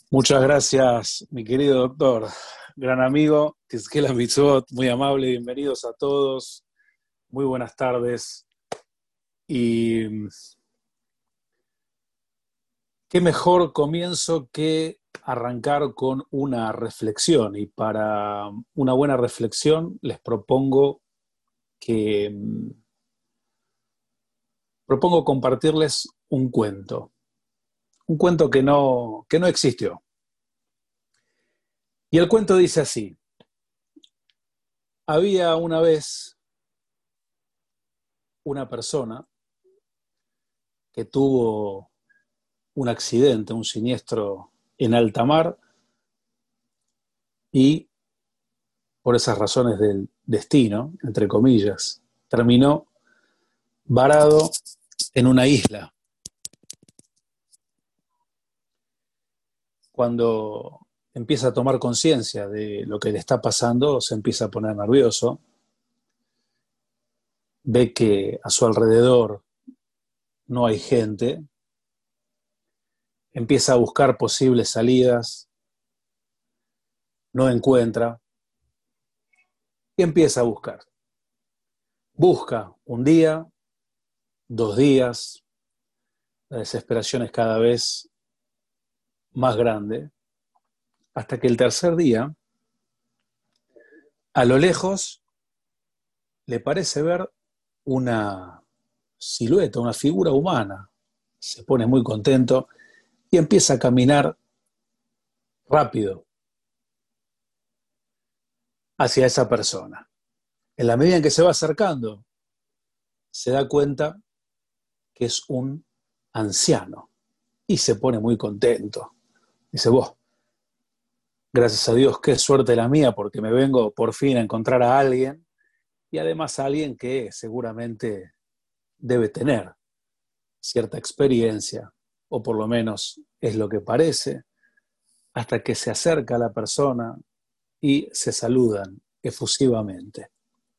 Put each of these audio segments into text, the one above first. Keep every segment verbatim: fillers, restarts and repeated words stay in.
Muchas gracias, mi querido doctor. Gran amigo, Tizquela Mitzvot, muy amable, bienvenidos a todos, muy buenas tardes. Y qué mejor comienzo que arrancar con una reflexión. Y para una buena reflexión les propongo que propongo compartirles un cuento, un cuento que no, que no existió. Y el cuento dice así: había una vez una persona que tuvo un accidente, un siniestro en alta mar, y por esas razones del destino, entre comillas, terminó varado en una isla. Cuando empieza a tomar conciencia de lo que le está pasando, se empieza a poner nervioso, ve que a su alrededor no hay gente, empieza a buscar posibles salidas, no encuentra, y empieza a buscar. Busca un día, dos días, la desesperación es cada vez más grande, hasta que el tercer día, a lo lejos, le parece ver una silueta, una figura humana. Se pone muy contento y empieza a caminar rápido hacia esa persona. En la medida en que se va acercando, se da cuenta que es un anciano y se pone muy contento. Dice: vos, gracias a Dios, qué suerte la mía, porque me vengo por fin a encontrar a alguien, y además a alguien que seguramente debe tener cierta experiencia, o por lo menos es lo que parece, hasta que se acerca a la persona y se saludan efusivamente.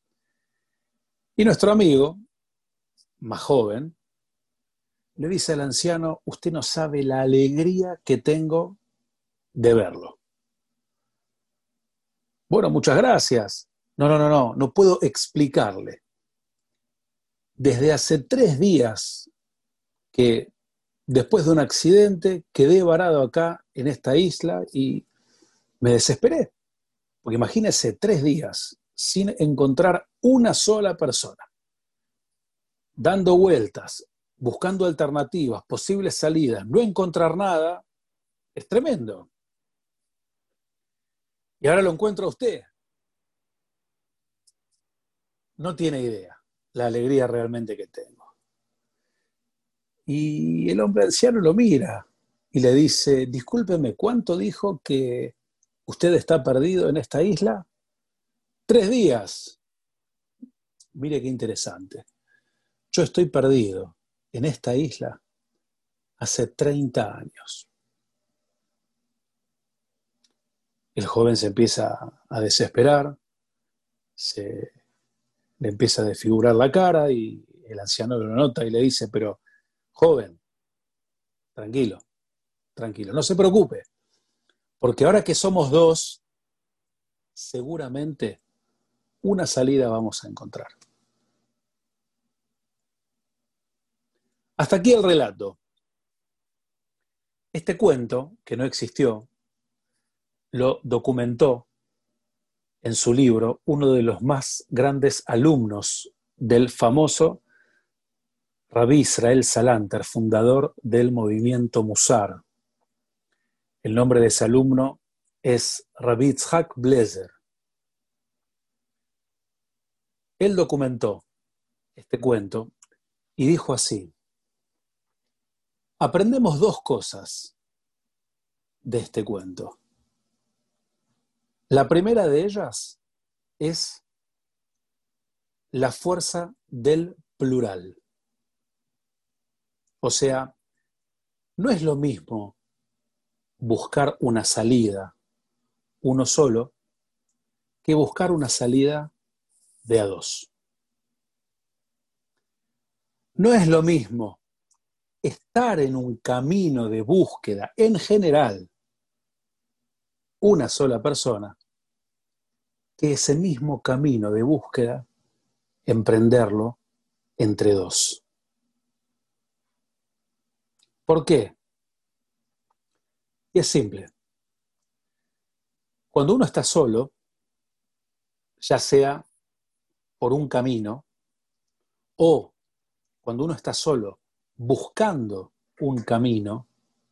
Y nuestro amigo, más joven, le dice al anciano: usted no sabe la alegría que tengo de verlo. Bueno, muchas gracias. No, no, no, no, no puedo explicarle. Desde hace tres días que, después de un accidente, quedé varado acá en esta isla y me desesperé. Porque imagínese, tres días sin encontrar una sola persona, dando vueltas, buscando alternativas, posibles salidas, no encontrar nada, es tremendo. Y ahora lo encuentro a usted. No tiene idea la alegría realmente que tengo. Y el hombre anciano lo mira y le dice: discúlpeme, ¿cuánto dijo que usted está perdido en esta isla? Tres días. Mire qué interesante. Yo estoy perdido en esta isla hace treinta años. El joven se empieza a desesperar, se le empieza a desfigurar la cara, y el anciano lo nota y le dice: pero, joven, tranquilo, tranquilo, no se preocupe, porque ahora que somos dos, seguramente una salida vamos a encontrar. Hasta aquí el relato. Este cuento, que no existió, lo documentó en su libro uno de los más grandes alumnos del famoso Rabí Israel Salanter, fundador del movimiento Musar. El nombre de ese alumno es Rabbi Yitzhak Blezer. Él documentó este cuento y dijo así: aprendemos dos cosas de este cuento. La primera de ellas es la fuerza del plural. O sea, no es lo mismo buscar una salida uno solo que buscar una salida de a dos. No es lo mismo estar en un camino de búsqueda en general una sola persona, que ese mismo camino de búsqueda, emprenderlo entre dos. ¿Por qué? Y es simple. Cuando uno está solo, ya sea por un camino o cuando uno está solo buscando un camino,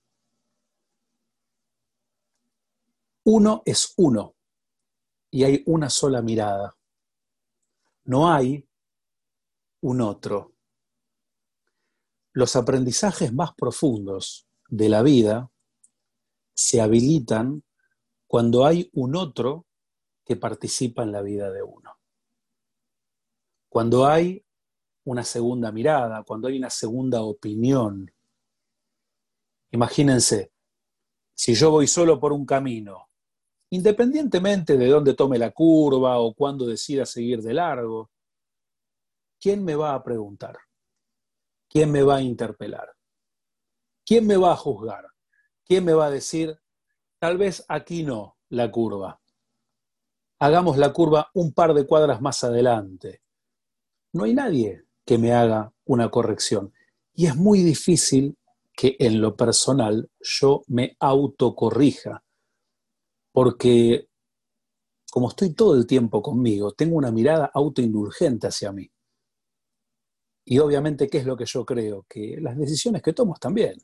uno es uno y hay una sola mirada. No hay un otro. Los aprendizajes más profundos de la vida se habilitan cuando hay un otro que participa en la vida de uno. Cuando hay una segunda mirada, cuando hay una segunda opinión. Imagínense, si yo voy solo por un camino, independientemente de dónde tome la curva o cuándo decida seguir de largo, ¿quién me va a preguntar? ¿Quién me va a interpelar? ¿Quién me va a juzgar? ¿Quién me va a decir, tal vez aquí no, la curva? Hagamos la curva un par de cuadras más adelante. No hay nadie que me haga una corrección. Y es muy difícil que en lo personal yo me autocorrija, porque como estoy todo el tiempo conmigo, tengo una mirada autoindulgente hacia mí. Y obviamente, ¿qué es lo que yo creo? Que las decisiones que tomo están bien.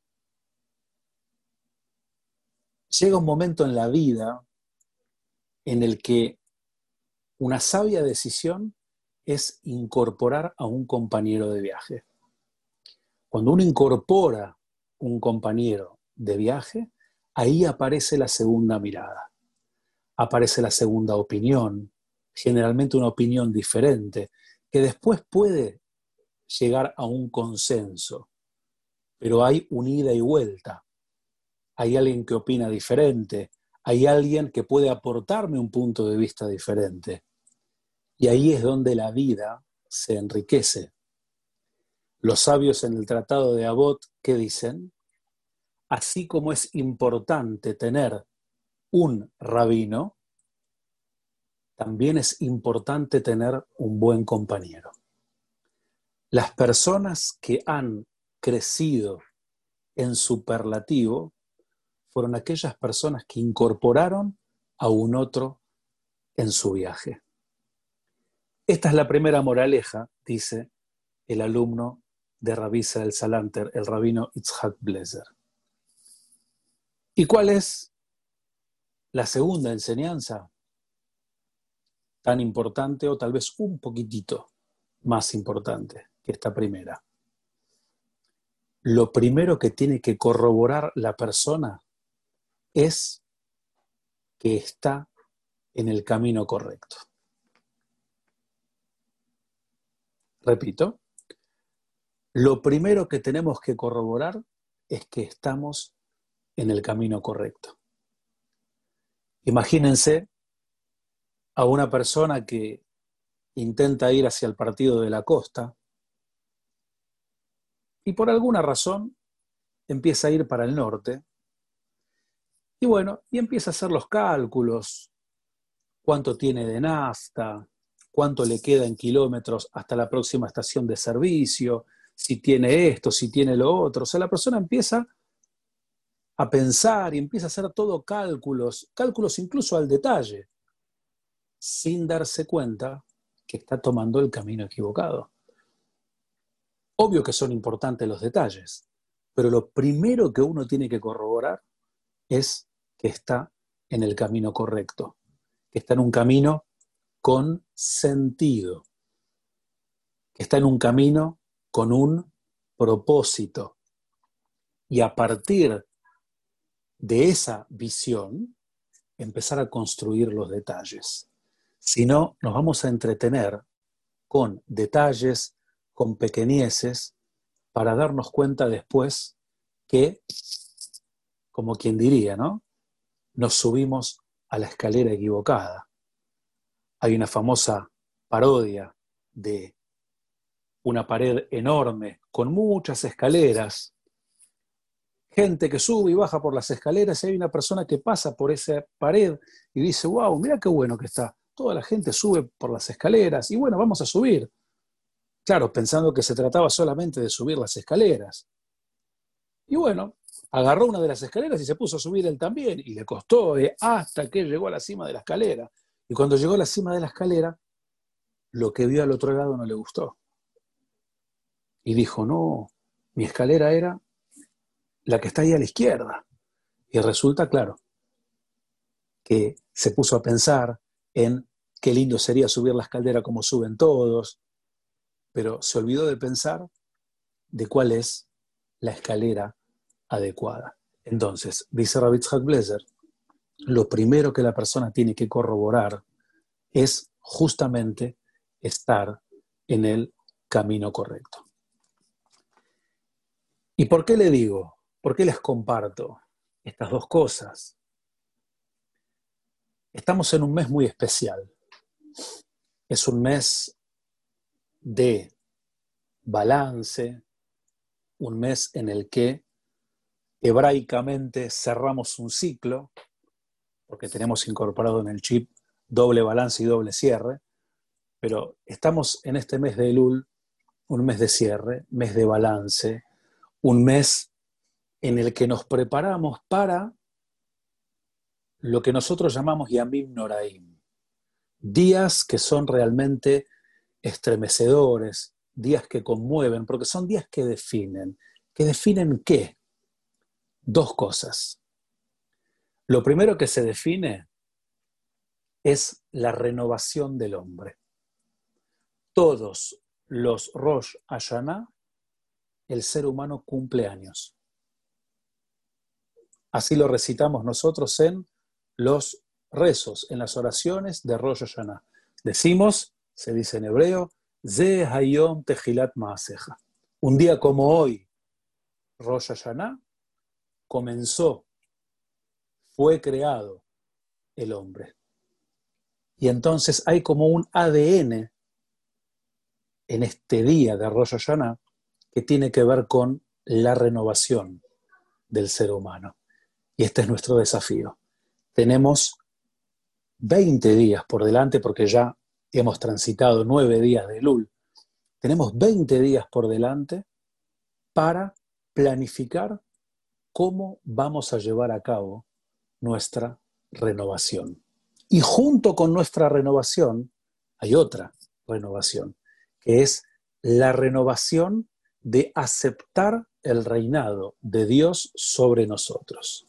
Llega un momento en la vida en el que una sabia decisión es incorporar a un compañero de viaje. Cuando uno incorpora un compañero de viaje, ahí aparece la segunda mirada, aparece la segunda opinión, generalmente una opinión diferente, que después puede llegar a un consenso, pero hay un ida y vuelta. Hay alguien que opina diferente, hay alguien que puede aportarme un punto de vista diferente. Y ahí es donde la vida se enriquece. Los sabios en el Tratado de Avot, ¿qué dicen? Así como es importante tener un rabino, también es importante tener un buen compañero. Las personas que han crecido en superlativo fueron aquellas personas que incorporaron a un otro en su viaje. Esta es la primera moraleja, dice el alumno de Rabbi Israel Salanter, el rabino Itzhak Bleser. ¿Y cuál es la segunda enseñanza? Tan importante o tal vez un poquitito más importante que esta primera. Lo primero que tiene que corroborar la persona es que está en el camino correcto. Repito, lo primero que tenemos que corroborar es que estamos en el camino correcto. Imagínense a una persona que intenta ir hacia el partido de la costa y por alguna razón empieza a ir para el norte y bueno, y empieza a hacer los cálculos, cuánto tiene de nafta, cuánto le queda en kilómetros hasta la próxima estación de servicio, si tiene esto, si tiene lo otro. O sea, la persona empieza a pensar y empieza a hacer todo cálculos, cálculos incluso al detalle, sin darse cuenta que está tomando el camino equivocado. Obvio que son importantes los detalles, pero lo primero que uno tiene que corroborar es que está en el camino correcto, que está en un camino con sentido, que está en un camino con un propósito. Y a partir de esa visión, empezar a construir los detalles. Si no, nos vamos a entretener con detalles, con pequeñeces, para darnos cuenta después que, como quien diría, ¿no? Nos subimos a la escalera equivocada. Hay una famosa parodia de una pared enorme con muchas escaleras gente que sube y baja por las escaleras y hay una persona que pasa por esa pared y dice, wow, mira qué bueno que está. Toda la gente sube por las escaleras y bueno, vamos a subir. Claro, pensando que se trataba solamente de subir las escaleras. Y bueno, agarró una de las escaleras y se puso a subir él también y le costó eh, hasta que llegó a la cima de la escalera. Y cuando llegó a la cima de la escalera, lo que vio al otro lado no le gustó. Y dijo, no, mi escalera era la que está ahí a la izquierda. Y resulta, claro, que se puso a pensar en qué lindo sería subir la escalera como suben todos, pero se olvidó de pensar de cuál es la escalera adecuada. Entonces, dice Rabbi Yitzhak Bleser, lo primero que la persona tiene que corroborar es justamente estar en el camino correcto. ¿Y por qué le digo? ¿Por qué les comparto estas dos cosas? Estamos en un mes muy especial. Es un mes de balance, un mes en el que hebraicamente cerramos un ciclo, porque tenemos incorporado en el chip doble balance y doble cierre, pero estamos en este mes de Elul, un mes de cierre, mes de balance, un mes en el que nos preparamos para lo que nosotros llamamos Yamim Noraim, días que son realmente estremecedores, días que conmueven, porque son días que definen. ¿Que definen qué? Dos cosas. Lo primero que se define es la renovación del hombre. Todos los Rosh Hashanah, el ser humano cumple años. Así lo recitamos nosotros en los rezos, en las oraciones de Rosh Hashanah. Decimos, se dice en hebreo, Ze Hayom Tejilat Maaseja. Un día como hoy, Rosh Hashanah, comenzó, fue creado el hombre. Y entonces hay como un A D N en este día de Rosh Hashanah que tiene que ver con la renovación del ser humano. Y este es nuestro desafío. Tenemos veinte días por delante, porque ya hemos transitado nueve días de Elul. Tenemos veinte días por delante para planificar cómo vamos a llevar a cabo nuestra renovación. Y junto con nuestra renovación hay otra renovación, que es la renovación de aceptar el reinado de Dios sobre nosotros.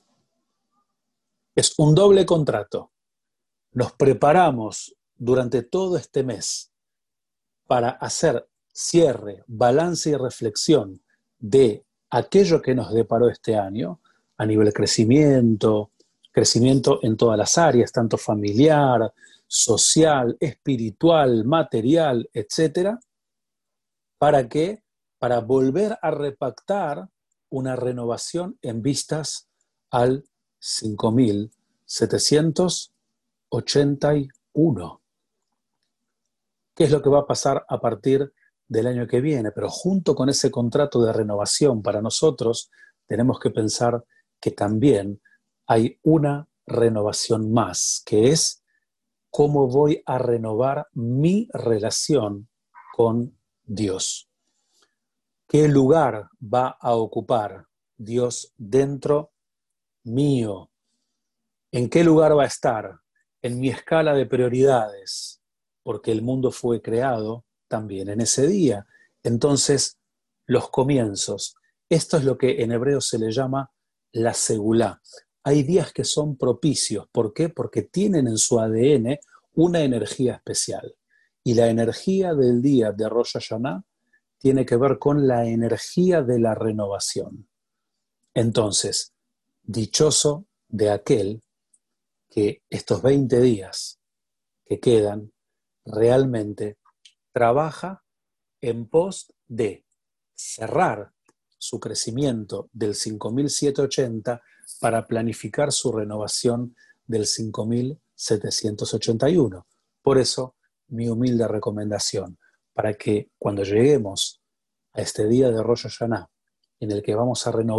Es un doble contrato. Nos preparamos durante todo este mes para hacer cierre, balance y reflexión de aquello que nos deparó este año a nivel crecimiento, crecimiento en todas las áreas, tanto familiar, social, espiritual, material, etcétera. ¿Para qué? Para volver a repactar una renovación en vistas al cinco mil setecientos ochenta y uno. ¿Qué es lo que va a pasar a partir del año que viene? Pero junto con ese contrato de renovación para nosotros, tenemos que pensar que también hay una renovación más, que es cómo voy a renovar mi relación con Dios. ¿Qué lugar va a ocupar Dios dentro mío? ¿En qué lugar va a estar? En mi escala de prioridades, porque el mundo fue creado también en ese día. Entonces, los comienzos. Esto es lo que en hebreo se le llama la segulá. Hay días que son propicios. ¿Por qué? Porque tienen en su A D N una energía especial. Y la energía del día de Rosh Hashanah tiene que ver con la energía de la renovación. Entonces, dichoso de aquel que estos veinte días que quedan realmente trabaja en pos de cerrar su crecimiento del cinco mil setecientos ochenta para planificar su renovación del cinco mil setecientos ochenta y uno. Por eso, mi humilde recomendación, para que cuando lleguemos a este día de Rosh Hashanah, en el que vamos a renovar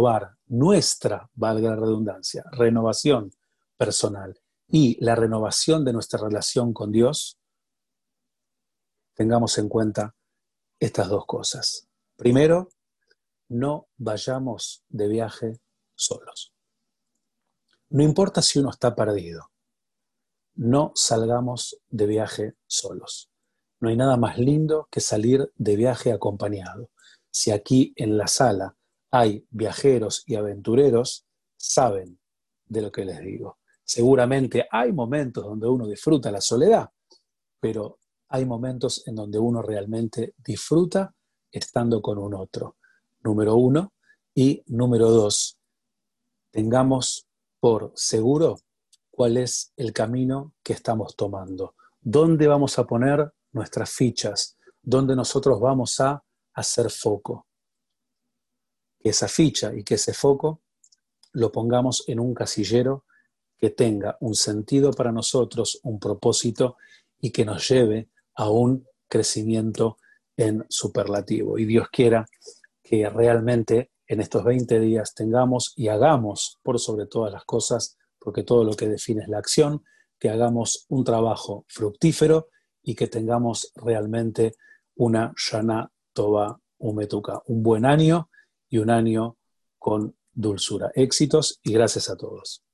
nuestra, valga la redundancia, renovación personal y la renovación de nuestra relación con Dios, tengamos en cuenta estas dos cosas. Primero, no vayamos de viaje solos. No importa si uno está perdido, no salgamos de viaje solos. No hay nada más lindo que salir de viaje acompañado. Si aquí en la sala hay viajeros y aventureros, saben de lo que les digo. Seguramente hay momentos donde uno disfruta la soledad, pero hay momentos en donde uno realmente disfruta estando con un otro. Número uno. Y número dos, tengamos por seguro cuál es el camino que estamos tomando. ¿Dónde vamos a poner nuestras fichas? ¿Dónde nosotros vamos a hacer foco? Que esa ficha y que ese foco lo pongamos en un casillero que tenga un sentido para nosotros, un propósito y que nos lleve a un crecimiento en superlativo. Y Dios quiera que realmente en estos veinte días tengamos y hagamos, por sobre todas las cosas, porque todo lo que define es la acción, que hagamos un trabajo fructífero y que tengamos realmente una Shana Tova Umetuka, un buen año y un año con dulzura. Éxitos y gracias a todos.